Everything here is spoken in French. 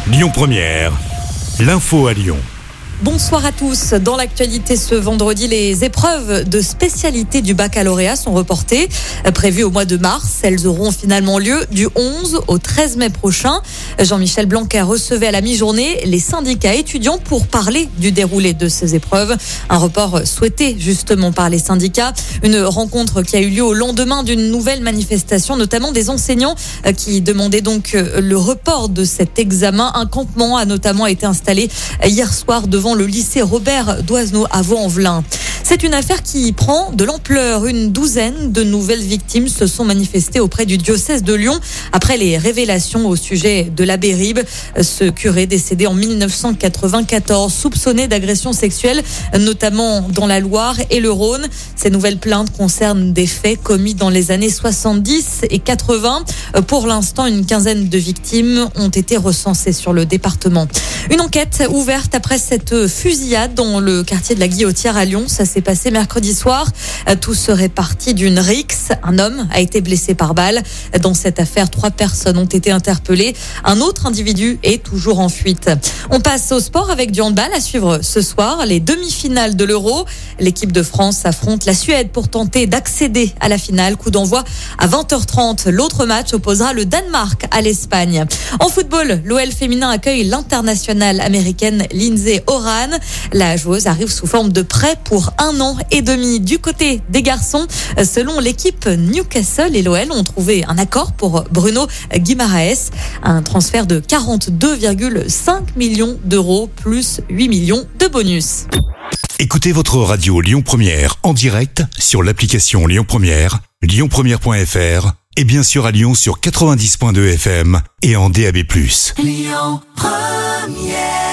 Lyon Première, l'info à Lyon. Bonsoir à tous. Dans l'actualité ce vendredi, les épreuves de spécialité du baccalauréat sont reportées. Prévues au mois de mars, elles auront finalement lieu du 11 au 13 mai prochain. Jean-Michel Blanquer recevait à la mi-journée les syndicats étudiants pour parler du déroulé de ces épreuves. Un report souhaité justement par les syndicats. Une rencontre qui a eu lieu au lendemain d'une nouvelle manifestation, notamment des enseignants qui demandaient donc le report de cet examen. Un campement a notamment été installé hier soir devant le lycée Robert Doisneau à Vaux-en-Velin. C'est une affaire qui prend de l'ampleur. Une douzaine de nouvelles victimes se sont manifestées auprès du diocèse de Lyon après les révélations au sujet de l'abbé Ribes, ce curé décédé en 1994, soupçonné d'agression sexuelle, notamment dans la Loire et le Rhône. Ces nouvelles plaintes concernent des faits commis dans les années 70 et 80. Pour l'instant, une quinzaine de victimes ont été recensées sur le département. Une enquête ouverte après cette fusillade dans le quartier de la Guillotière à Lyon. Ça s'est passé mercredi soir. Tout serait parti d'une rixe. Un homme a été blessé par balle. Dans cette affaire, 3 personnes ont été interpellées. Un autre individu est toujours en fuite. On passe au sport avec du handball à suivre ce soir. Les demi-finales de l'Euro. L'équipe de France affronte la Suède pour tenter d'accéder à la finale. Coup d'envoi à 20h30. L'autre match opposera le Danemark à l'Espagne. En football, l'OL féminin accueille l'internationale américaine Lindsay Horan. La joueuse arrive sous forme de prêt pour 1 an et demi. Du côté des garçons, selon l'équipe Newcastle et l'OL ont trouvé un accord pour Bruno Guimaraes. Un transfert de 42,5 millions d'euros plus 8 millions de bonus. Écoutez votre radio Lyon Première en direct sur l'application Lyon Première, lyonpremière.fr et bien sûr à Lyon sur 90.2 FM et en DAB+. Lyon Première.